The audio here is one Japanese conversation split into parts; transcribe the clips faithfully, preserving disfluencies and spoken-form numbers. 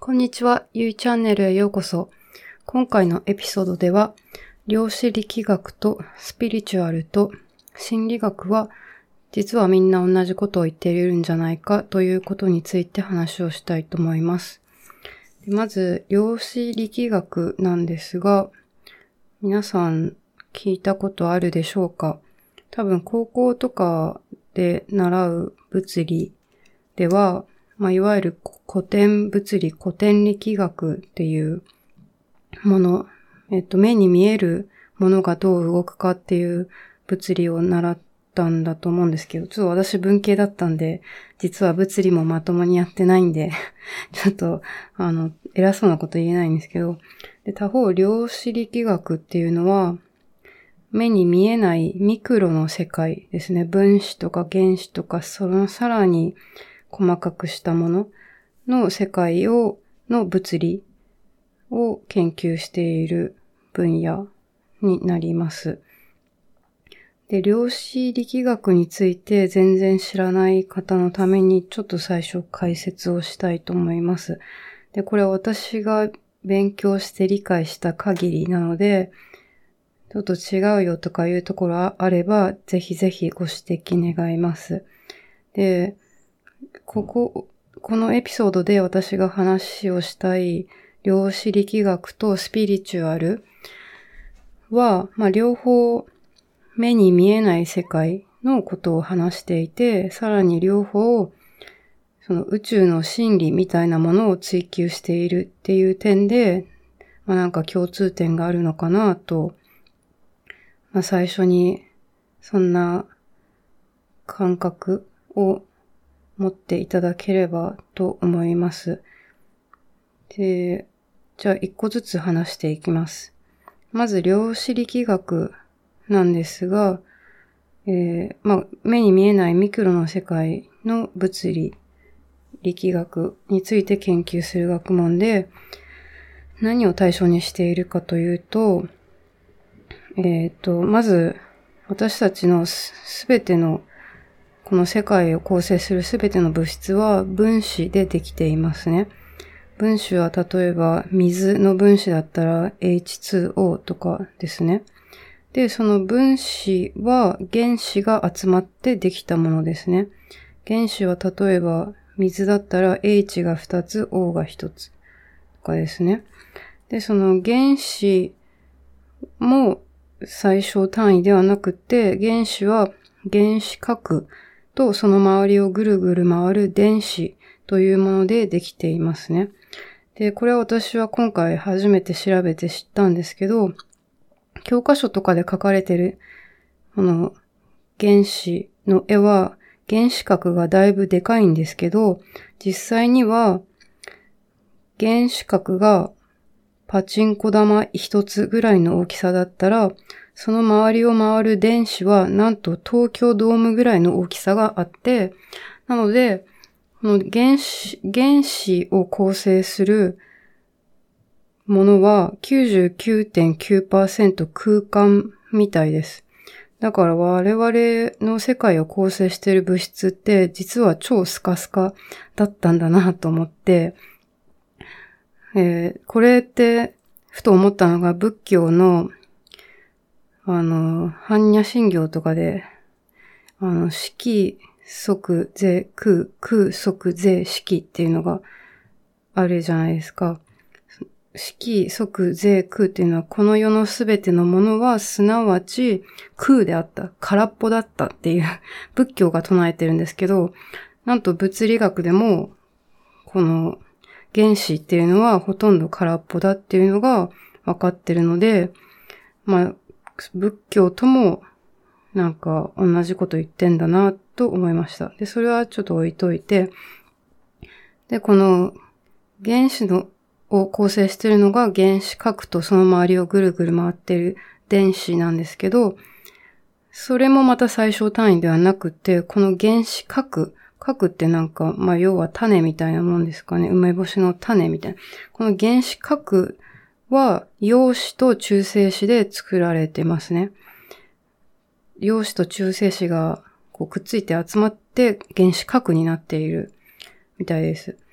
こんにちは、ゆいチャンネルへようこそ。今回のエピソードでは、量子力学とスピリチュアルと心理学は実はみんな同じことを言っているんじゃないかということについて話をしたいと思います。まず、量子力学なんですが、皆さん聞いたことあるでしょうか？多分高校とかで習う物理では、まあ、いわゆる古典物理、古典力学っていうもの、えっと、目に見えるものがどう動くかっていう物理を習ったんだと思うんですけど、ちょっと私文系だったんで、実は物理もまともにやってないんで、ちょっと、あの、偉そうなこと言えないんですけど、で、他方、量子力学っていうのは、目に見えないミクロの世界ですね。分子とか原子とか、そのさらに細かくしたものの世界を、の物理を研究している分野になります。で、量子力学について全然知らない方のためにちょっと最初解説をしたいと思います。で、これは私が勉強して理解した限りなので、ちょっと違うよとかいうところあれば、ぜひぜひご指摘願います。で、ここ、このエピソードで私が話をしたい量子力学とスピリチュアルは、まあ、両方目に見えない世界のことを話していて、さらに両方その宇宙の真理みたいなものを追求しているっていう点で、まあ、なんか共通点があるのかなと、まあ、最初にそんな感覚を持っていただければと思います。で、じゃあ一個ずつ話していきます。まず量子力学なんですが、えー、まあ、目に見えないミクロの世界の物理、力学について研究する学問で、何を対象にしているかというと、えっと、まず私たちのすべてのこの世界を構成するすべての物質は分子でできていますね。分子は例えば水の分子だったら エイチツーオー とかですね。で、その分子は原子が集まってできたものですね。原子は例えば水だったら H がふたつ、O がひとつとかですね。で、その原子も最小単位ではなくて、原子は原子核とその周りをぐるぐる回る電子というものでできていますね。で、これは私は今回初めて調べて知ったんですけど、教科書とかで書かれているこの原子の絵は原子核がだいぶでかいんですけど、実際には原子核がパチンコ玉一つぐらいの大きさだったら、その周りを回る電子はなんと東京ドームぐらいの大きさがあって、なので、この原子、原子を構成するものは きゅうじゅうきゅうてんきゅうパーセント 空間みたいです。だから我々の世界を構成している物質って実は超スカスカだったんだなと思って、えー、これってふと思ったのが仏教のあの、般若心経とかで、あの、色、即、是、空、空、即、是、色っていうのがあるじゃないですか。色、即、是、空っていうのは、この世のすべてのものは、すなわち空であった、空っぽだったっていう仏教が唱えてるんですけど、なんと物理学でも、この原子っていうのはほとんど空っぽだっていうのが分かってるので、まあ、仏教ともなんか同じこと言ってんだなと思いました。で、それはちょっと置いといて、で、この原子のを構成しているのが原子核とその周りをぐるぐる回っている電子なんですけど、それもまた最小単位ではなくて、この原子核、核ってなんか、まあ要は種みたいなもんですかね。梅干しの種みたいな。この原子核は陽子と中性子で作られてますね。陽子と中性子がこうくっついて集まって原子核になっているみたいです。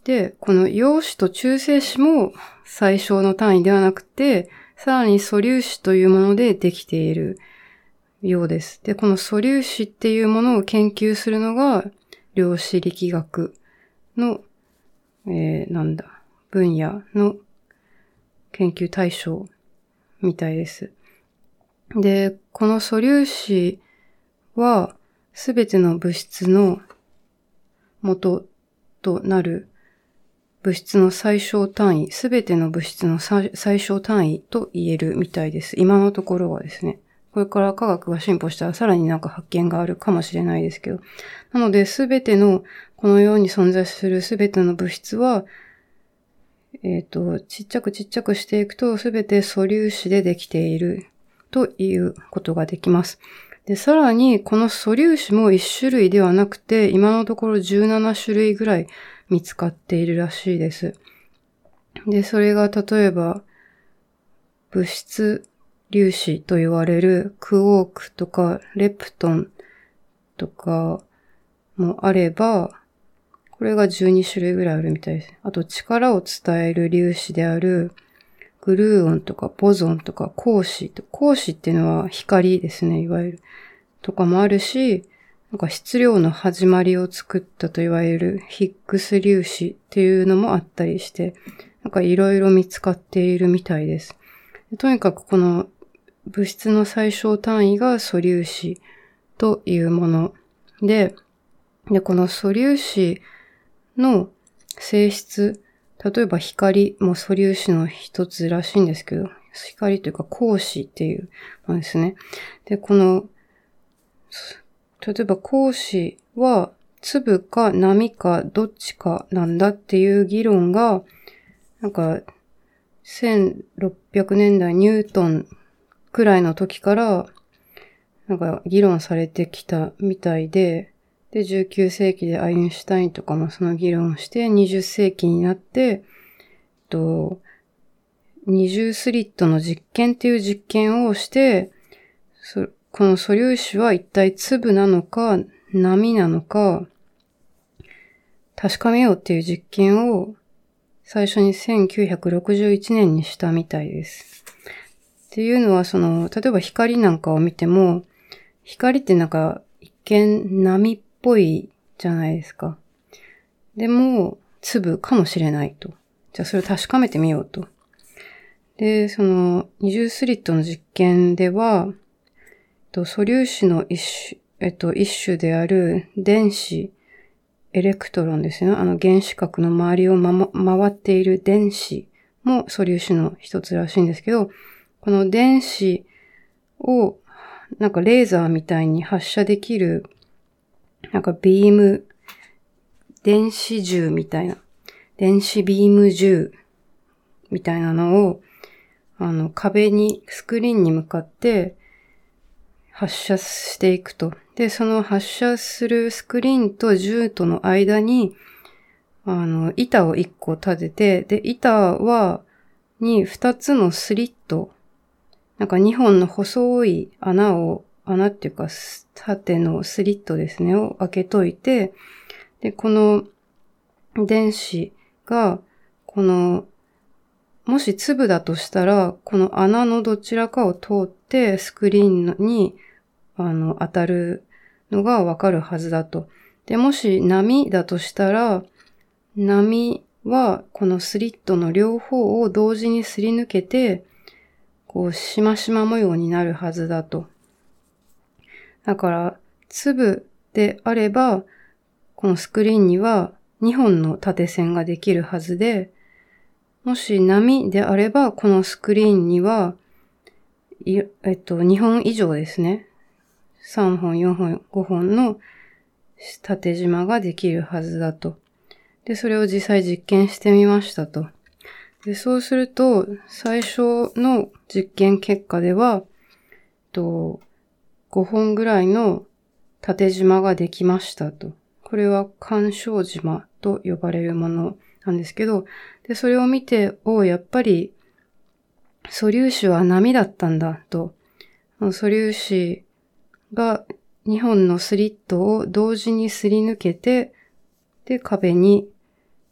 で、この陽子と中性子も最小の単位ではなくて、さらに素粒子というものでできているようです。で、この素粒子っていうものを研究するのが量子力学の、えー、なんだ、分野の研究対象みたいです。で、この素粒子はすべての物質の元となる物質の最小単位、すべての物質の最小単位と言えるみたいです。今のところはですね。これから科学が進歩したらさらになんか発見があるかもしれないですけど。なので、すべての、この世に存在するすべての物質は、えっと、ちっちゃくちっちゃくしていくと、すべて素粒子でできているということができます。で、さらに、この素粒子も一種類ではなくて、今のところじゅうなな種類ぐらい見つかっているらしいです。で、それが例えば、物質粒子と言われるクォークとかレプトンとかもあれば、これがじゅうに種類ぐらいあるみたいです。あと力を伝える粒子であるグルーオンとかボゾンとか光子。光子っていうのは光ですね、いわゆる。とかもあるし、なんか質量の始まりを作ったといわれるヒッグス粒子っていうのもあったりして、なんかいろいろ見つかっているみたいです。とにかくこの物質の最小単位が素粒子というもので、で、この素粒子の性質、例えば光も素粒子の一つらしいんですけど、光というか光子っていうものですね。で、この、例えば光子は粒か波かどっちかなんだっていう議論が、なんか、せんろっぴゃくねんだいニュートンくらいの時から、なんか議論されてきたみたいで、で、じゅうきゅうせいきでアインシュタインとかもその議論をして、にじゅっせいきになって、と、二重スリットの実験っていう実験をして、この素粒子は一体粒なのか波なのか確かめようっていう実験を最初にせんきゅうひゃくろくじゅういちねんにしたみたいです。っていうのはその、例えば光なんかを見ても、光ってなんか一見波っぽいじゃないですか。でも粒かもしれないと。じゃあそれを確かめてみようと。で、その二重スリットの実験では、素粒子の一種、えっと、一種である電子、エレクトロンですよ。あの原子核の周りを、ま、回っている電子も素粒子の一つらしいんですけど、この電子をなんかレーザーみたいに発射できる、なんかビーム、電子銃みたいな、電子ビーム銃みたいなのを、あの壁に、スクリーンに向かって発射していくと。で、その発射するスクリーンと銃との間に、あの、板を一個立てて、で、板は、に二つのスリット、なんか二本の細い穴を、穴っていうか、縦のスリットですね、を開けといて、で、この電子が、この、もし粒だとしたら、この穴のどちらかを通ってスクリーンに、あの、当たるのがわかるはずだと。で、もし波だとしたら、波はこのスリットの両方を同時にすり抜けて、こう、しましま模様になるはずだと。だから、粒であれば、このスクリーンにはにほんの縦線ができるはずで、もし波であれば、このスクリーンには、えっと、にほん以上ですね。さんぼん、よんほん、ごほんの縦縞ができるはずだと。で、それを実際実験してみましたと。で、そうすると、最初の実験結果では、とごほんぐらいの縦縞ができましたと。これは干渉縞と呼ばれるものなんですけど、で、それを見て、お、やっぱり素粒子は波だったんだと。素粒子がにほんのスリットを同時にすり抜けて、で、壁に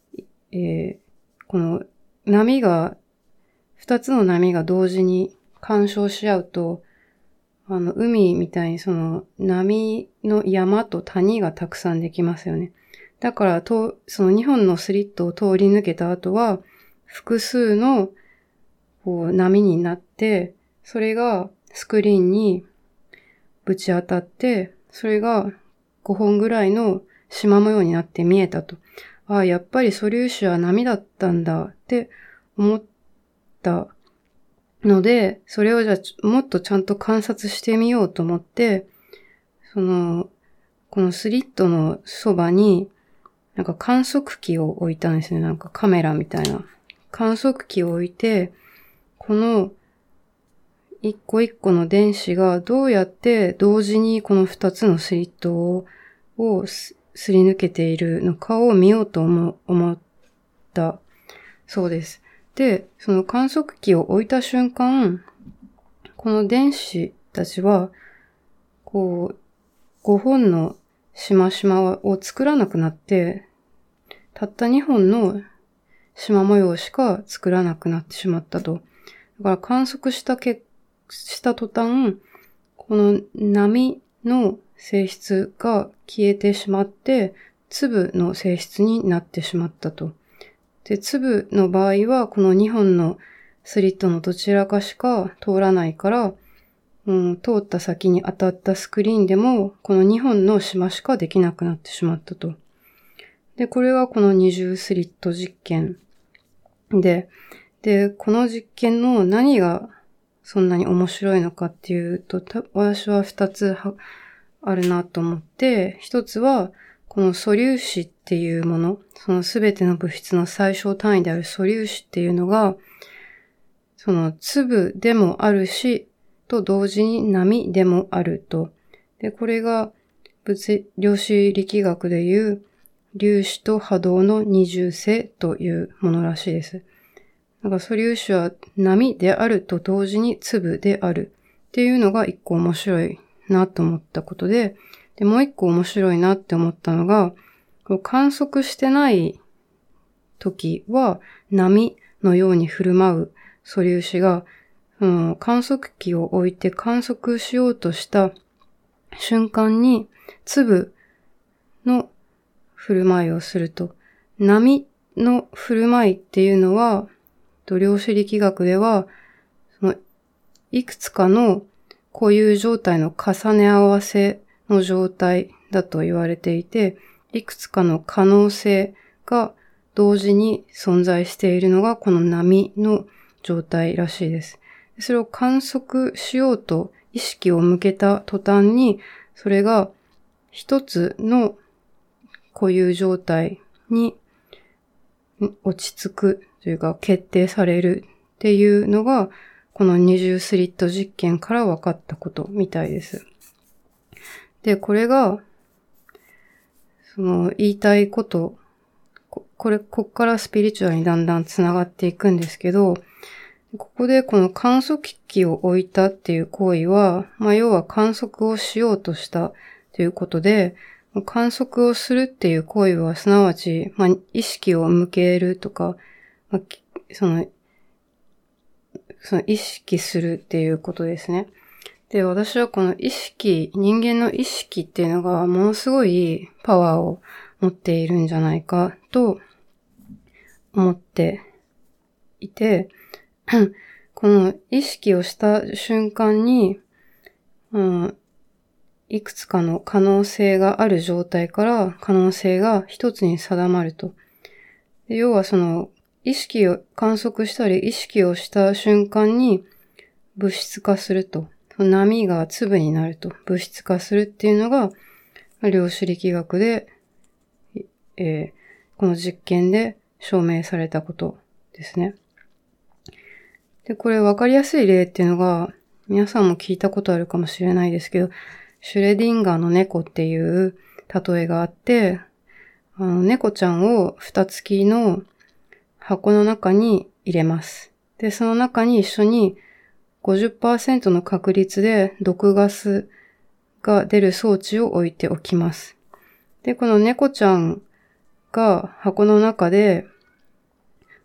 えー、この波が、二つの波が同時に干渉し合うと、あの、海みたいにその波の山と谷がたくさんできますよね。だから、と、そのにほんのスリットを通り抜けた後は、複数のこう波になって、それがスクリーンにぶち当たって、それがごほんぐらいの縞模様になって見えたと。ああ、やっぱり素粒子は波だったんだって思ったので、それをじゃあもっとちゃんと観察してみようと思って、その、このスリットのそばに、なんか観測器を置いたんですね。なんかカメラみたいな。観測器を置いて、この一個一個の電子がどうやって同時にこの二つのスリットを、をすり抜けているのかを見ようと思、思ったそうです。で、その観測器を置いた瞬間、この電子たちは、こう、ごほんのしましまを作らなくなって、たったにほんの縞模様しか作らなくなってしまったと。だから観測したけ、した途端、この波の性質が消えてしまって、粒の性質になってしまったと。で、粒の場合は、このにほんのスリットのどちらかしか通らないから、うん、通った先に当たったスクリーンでも、このにほんの島しかできなくなってしまったと。で、これがこの二重スリット実験で、で、この実験の何がそんなに面白いのかっていうと、私は二つあるなと思って、一つは、この素粒子っていうもの、そのすべての物質の最小単位である素粒子っていうのが、その粒でもあるし、と同時に波でもあると。で、これが物量子力学でいう粒子と波動の二重性というものらしいです。だから素粒子は波であると同時に粒であるっていうのが一個面白いなと思ったことで、で、もう一個面白いなって思ったのが、観測してない時は波のように振る舞う素粒子が、うん、観測器を置いて観測しようとした瞬間に粒の振る舞いをすると、波の振る舞いっていうのは、量子力学では、そのいくつかの固有状態の重ね合わせの状態だと言われていて、いくつかの可能性が同時に存在しているのがこの波の状態らしいです。それを観測しようと意識を向けた途端に、それが一つの固有状態に落ち着くというか決定されるっていうのが、この二重スリット実験から分かったことみたいです。で、これが、その言いたいこと、ここれ、こっからスピリチュアルにだんだんつながっていくんですけど、ここでこの観測器を置いたっていう行為は、まあ要は観測をしようとしたということで、観測をするっていう行為はすなわち、まあ意識を向けるとか、まあ、その、その意識するっていうことですね。で、私はこの意識、人間の意識っていうのがものすごいパワーを持っているんじゃないかと思っていて、この意識をした瞬間に、うん、いくつかの可能性がある状態から可能性が一つに定まると。で、要はその意識を観測したり意識をした瞬間に物質化すると。波が粒になると。物質化するっていうのが量子力学で、えー、この実験で証明されたことですね。で、これ分かりやすい例っていうのが、皆さんも聞いたことあるかもしれないですけど、シュレディンガーの猫っていう例えがあって、あの猫ちゃんを蓋付きの箱の中に入れます。で、その中に一緒に ごじゅっパーセント の確率で毒ガスが出る装置を置いておきます。で、この猫ちゃんが箱の中で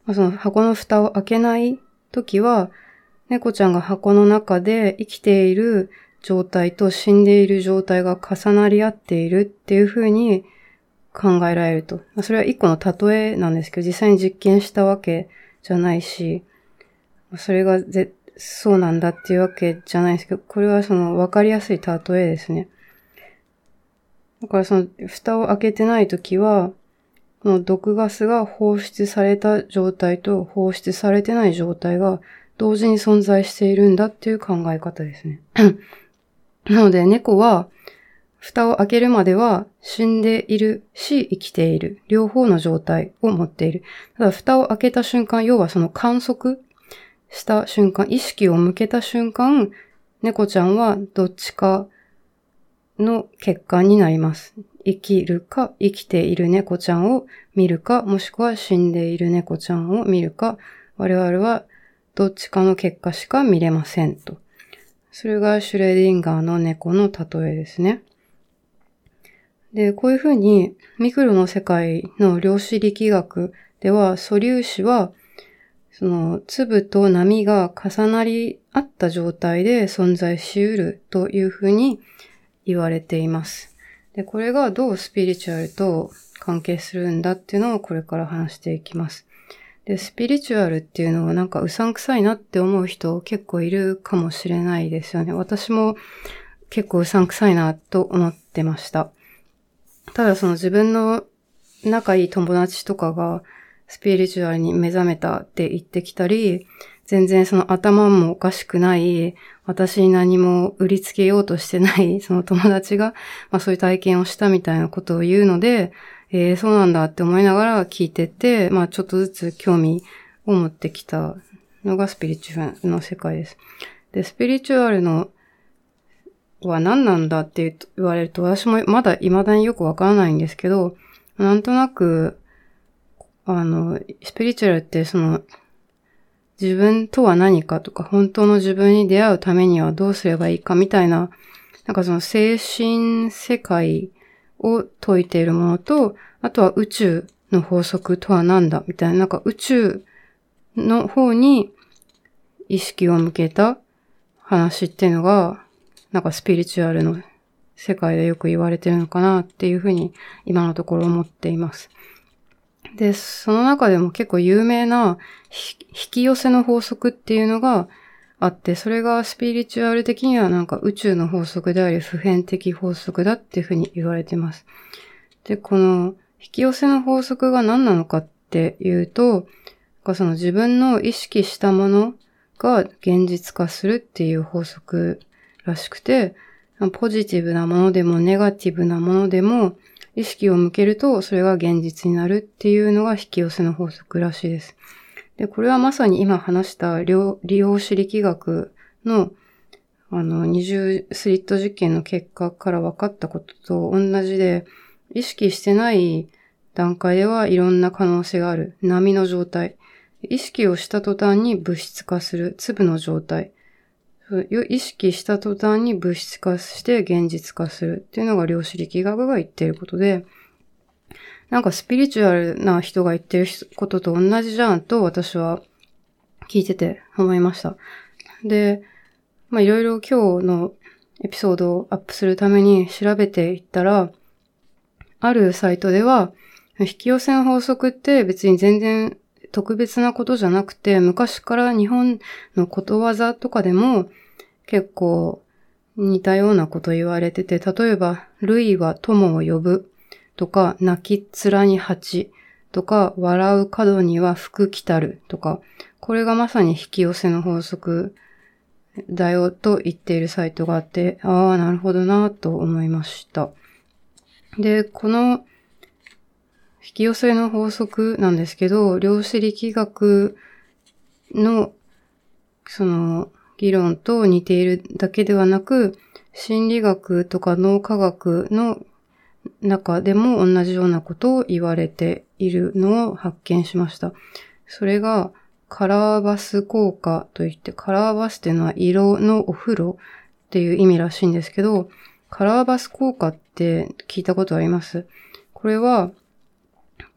その箱の蓋を開けないときは、猫ちゃんが箱の中で生きている状態と死んでいる状態が重なり合っているっていうふうに考えられると。それは一個の例えなんですけど、実際に実験したわけじゃないし、それがぜそうなんだっていうわけじゃないですけど、これはその分かりやすい例えですね。だからその蓋を開けてないときは、この毒ガスが放出された状態と放出されてない状態が同時に存在しているんだっていう考え方ですね。なので猫は蓋を開けるまでは死んでいるし生きている両方の状態を持っている。ただ蓋を開けた瞬間、要はその観測した瞬間、意識を向けた瞬間、猫ちゃんはどっちかの結果になります。生きるか生きている猫ちゃんを見るか、もしくは死んでいる猫ちゃんを見るか、我々はどっちかの結果しか見れませんと。それがシュレディンガーの猫の例えですね。で、こういうふうにミクロの世界の量子力学では素粒子はその粒と波が重なり合った状態で存在し得るというふうに言われています。で、これがどうスピリチュアルと関係するんだっていうのをこれから話していきます。で、スピリチュアルっていうのはなんかうさんくさいなって思う人結構いるかもしれないですよね。私も結構うさんくさいなと思ってました。ただその自分の仲いい友達とかがスピリチュアルに目覚めたって言ってきたり、全然その頭もおかしくない、私に何も売りつけようとしてないその友達が、まあそういう体験をしたみたいなことを言うので、えー、そうなんだって思いながら聞いてて、まあちょっとずつ興味を持ってきたのがスピリチュアルの世界です。で、スピリチュアルのは何なんだって言われると、私もまだ未だによくわからないんですけど、なんとなく、あの、スピリチュアルってその、自分とは何かとか、本当の自分に出会うためにはどうすればいいかみたいな、なんかその精神世界を説いているものと、あとは宇宙の法則とは何だみたいな、なんか宇宙の方に意識を向けた話っていうのが、なんかスピリチュアルの世界でよく言われてるのかなっていうふうに今のところ思っています。で、その中でも結構有名な引き寄せの法則っていうのがあって、それがスピリチュアル的にはなんか宇宙の法則であり普遍的法則だっていうふうに言われています。で、この引き寄せの法則が何なのかっていうと、その自分の意識したものが現実化するっていう法則らしくて、ポジティブなものでもネガティブなものでも意識を向けるとそれが現実になるっていうのが引き寄せの法則らしいです。で、これはまさに今話した量子力学のあの二重スリット実験の結果から分かったことと同じで、意識してない段階ではいろんな可能性がある。波の状態。意識をした途端に物質化する粒の状態。意識した途端に物質化して現実化するっていうのが量子力学が言っていることで、なんかスピリチュアルな人が言ってることと同じじゃんと私は聞いてて思いました。で、まあいろいろ今日のエピソードをアップするために調べていったら、あるサイトでは引き寄せの法則って別に全然特別なことじゃなくて、昔から日本のことわざとかでも結構似たようなこと言われてて、例えば、類は友を呼ぶとか、泣き面に蜂とか、笑う角には福来たるとか、これがまさに引き寄せの法則だよと言っているサイトがあって、ああ、なるほどなと思いました。で、この引き寄せの法則なんですけど、量子力学のその議論と似ているだけではなく、心理学とか脳科学の中でも同じようなことを言われているのを発見しました。それがカラーバス効果といって、カラーバスっていうのは色のお風呂っていう意味らしいんですけど、カラーバス効果って聞いたことあります？これは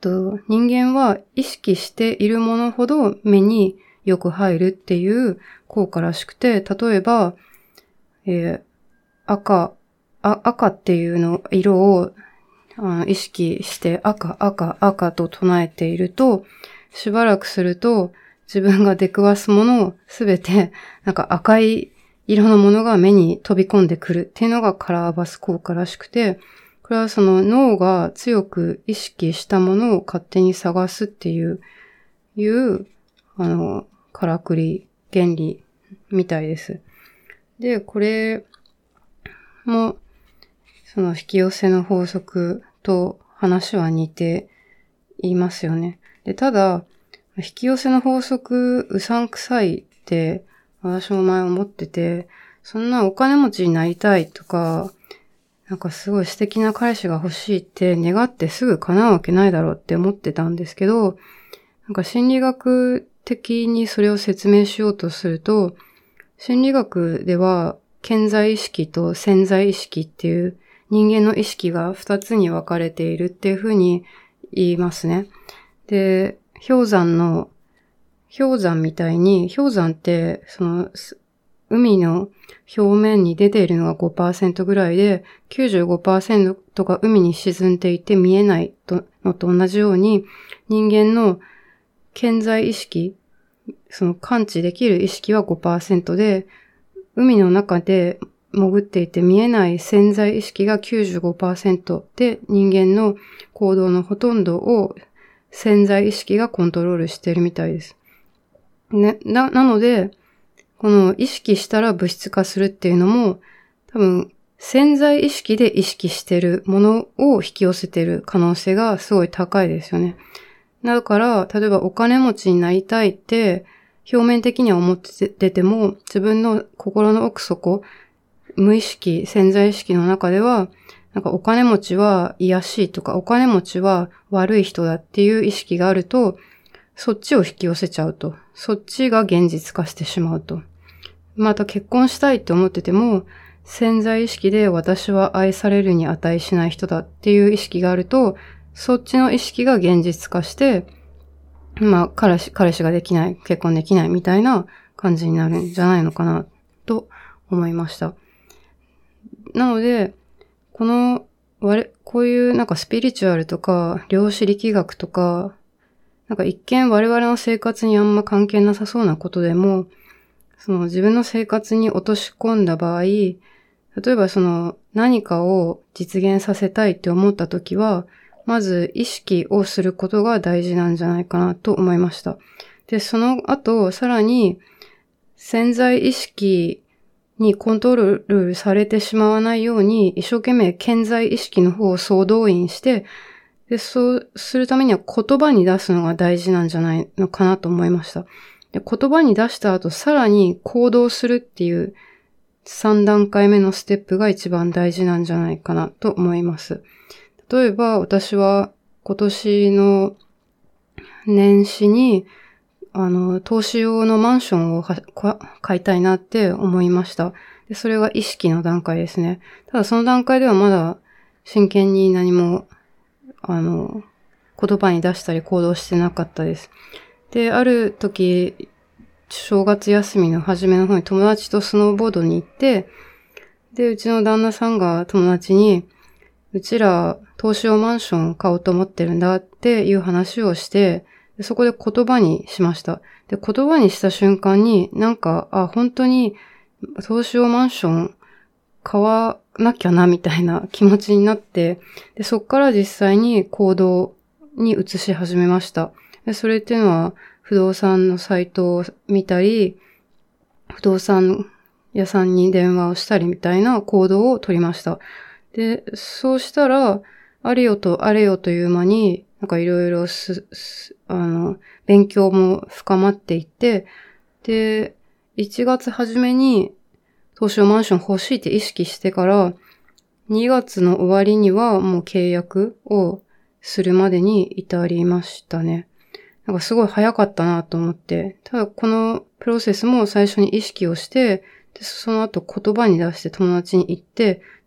と、人間は意識しているものほど目によく入るっていう効果らしくて、例えば、えー、赤、あ、赤っていうの、色をあの意識して赤、赤、赤と唱えていると、しばらくすると自分が出くわすものをすべてなんか赤い色のものが目に飛び込んでくるっていうのがカラーバス効果らしくて、これはその脳が強く意識したものを勝手に探すっていう、いう、あの、からくり原理みたいです。で、これも、その引き寄せの法則と話は似ていますよね。で、ただ、引き寄せの法則うさんくさいって私も前思ってて、そんなお金持ちになりたいとか、なんかすごい素敵な彼氏が欲しいって願ってすぐ叶うわけないだろうって思ってたんですけど、なんか心理学的にそれを説明しようとすると、心理学では顕在意識と潜在意識っていう人間の意識が二つに分かれているっていうふうに言いますね。で、氷山の、氷山みたいに、氷山ってその海の表面に出ているのが ごパーセント ぐらいで きゅうじゅうごパーセント が海に沈んでいて見えないのと同じように、人間の顕在意識、その感知できる意識は ごパーセント で、海の中で潜っていて見えない潜在意識が きゅうじゅうごパーセント で、人間の行動のほとんどを潜在意識がコントロールしているみたいです。ね、な、なので、この意識したら物質化するっていうのも、多分潜在意識で意識してるものを引き寄せてる可能性がすごい高いですよね。だから、例えばお金持ちになりたいって表面的には思ってても、自分の心の奥底、無意識、潜在意識の中では、なんかお金持ちは卑しいとか、お金持ちは悪い人だっていう意識があると、そっちを引き寄せちゃうと。そっちが現実化してしまうと。また結婚したいって思ってても、潜在意識で私は愛されるに値しない人だっていう意識があると、そっちの意識が現実化して、まあ彼氏、彼氏ができない、結婚できないみたいな感じになるんじゃないのかなと思いました。なので、この、こういうなんかスピリチュアルとか、量子力学とか、なんか一見我々の生活にあんま関係なさそうなことでも、その自分の生活に落とし込んだ場合、例えばその何かを実現させたいって思ったときは、まず意識をすることが大事なんじゃないかなと思いました。で、その後、さらに潜在意識にコントロールされてしまわないように、一生懸命顕在意識の方を総動員して、で、そうするためには言葉に出すのが大事なんじゃないのかなと思いました。で、言葉に出した後、さらに行動するっていうさん段階目のステップが一番大事なんじゃないかなと思います。例えば、私は今年の年始に、あの、投資用のマンションを買いたいなって思いました。で、それが意識の段階ですね。ただその段階ではまだ真剣に何もあの、言葉に出したり行動してなかったです。で、ある時、正月休みの初めの方に友達とスノーボードに行って、で、うちの旦那さんが友達に、うちら投資用マンション買おうと思ってるんだっていう話をして、でそこで言葉にしました。で、言葉にした瞬間になんか、あ、本当に投資用マンション買わなきゃなみたいな気持ちになって、で、そっから実際に行動に移し始めました。で、それっていうのは不動産のサイトを見たり、不動産屋さんに電話をしたりみたいな行動を取りました。で、そうしたら、あれよとあれよという間に、なんかいろいろす、あの、勉強も深まっていって、で、いちがつ初めに投資用マンション欲しいって意識してから、にがつの終わりにはもう契約をするまでに至りましたね。なんかすごい早かったなと思って。ただこのプロセスも最初に意識をして、でその後言葉に出して友達に言って、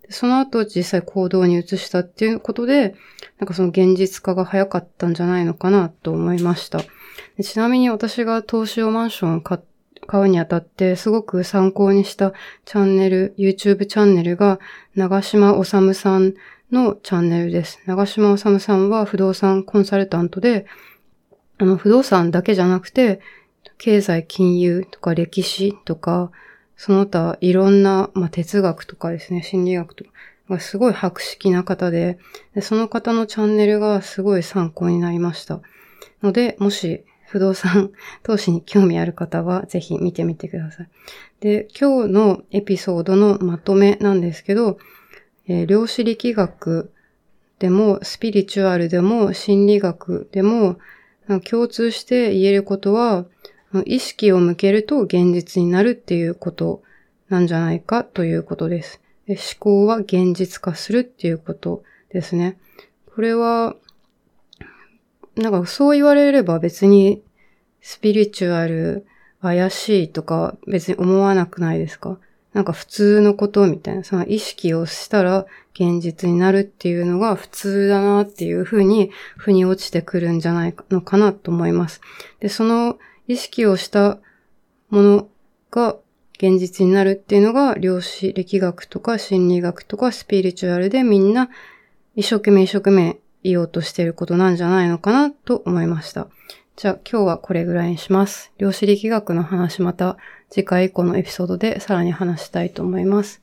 その後実際行動に移したっていうことで、なんかその現実化が早かったんじゃないのかなと思いました。でちなみに私が投資用マンションを買買うにあたってすごく参考にしたチャンネル、YouTube チャンネルが長島治さんのチャンネルです。長島治さんは不動産コンサルタントで、あの不動産だけじゃなくて、経済、金融とか歴史とか、その他いろんな、まあ、哲学とかですね、心理学とかがすごい博識な方で、で、その方のチャンネルがすごい参考になりました。ので、もし不動産投資に興味ある方はぜひ見てみてください。で、今日のエピソードのまとめなんですけど、えー、量子力学でもスピリチュアルでも心理学でも共通して言えることは、意識を向けると現実になるっていうことなんじゃないかということです。で、思考は現実化するっていうことですね。これは、なんかそう言われれば別にスピリチュアル怪しいとか別に思わなくないですか？なんか普通のことみたいな、その意識をしたら現実になるっていうのが普通だなっていうふうに腑に落ちてくるんじゃないのかなと思います。で、その意識をしたものが現実になるっていうのが量子力学とか心理学とかスピリチュアルでみんな一生懸命一生懸命言おうとしていることなんじゃないのかなと思いました。じゃあ今日はこれぐらいにします。量子力学の話また次回以降のエピソードでさらに話したいと思います。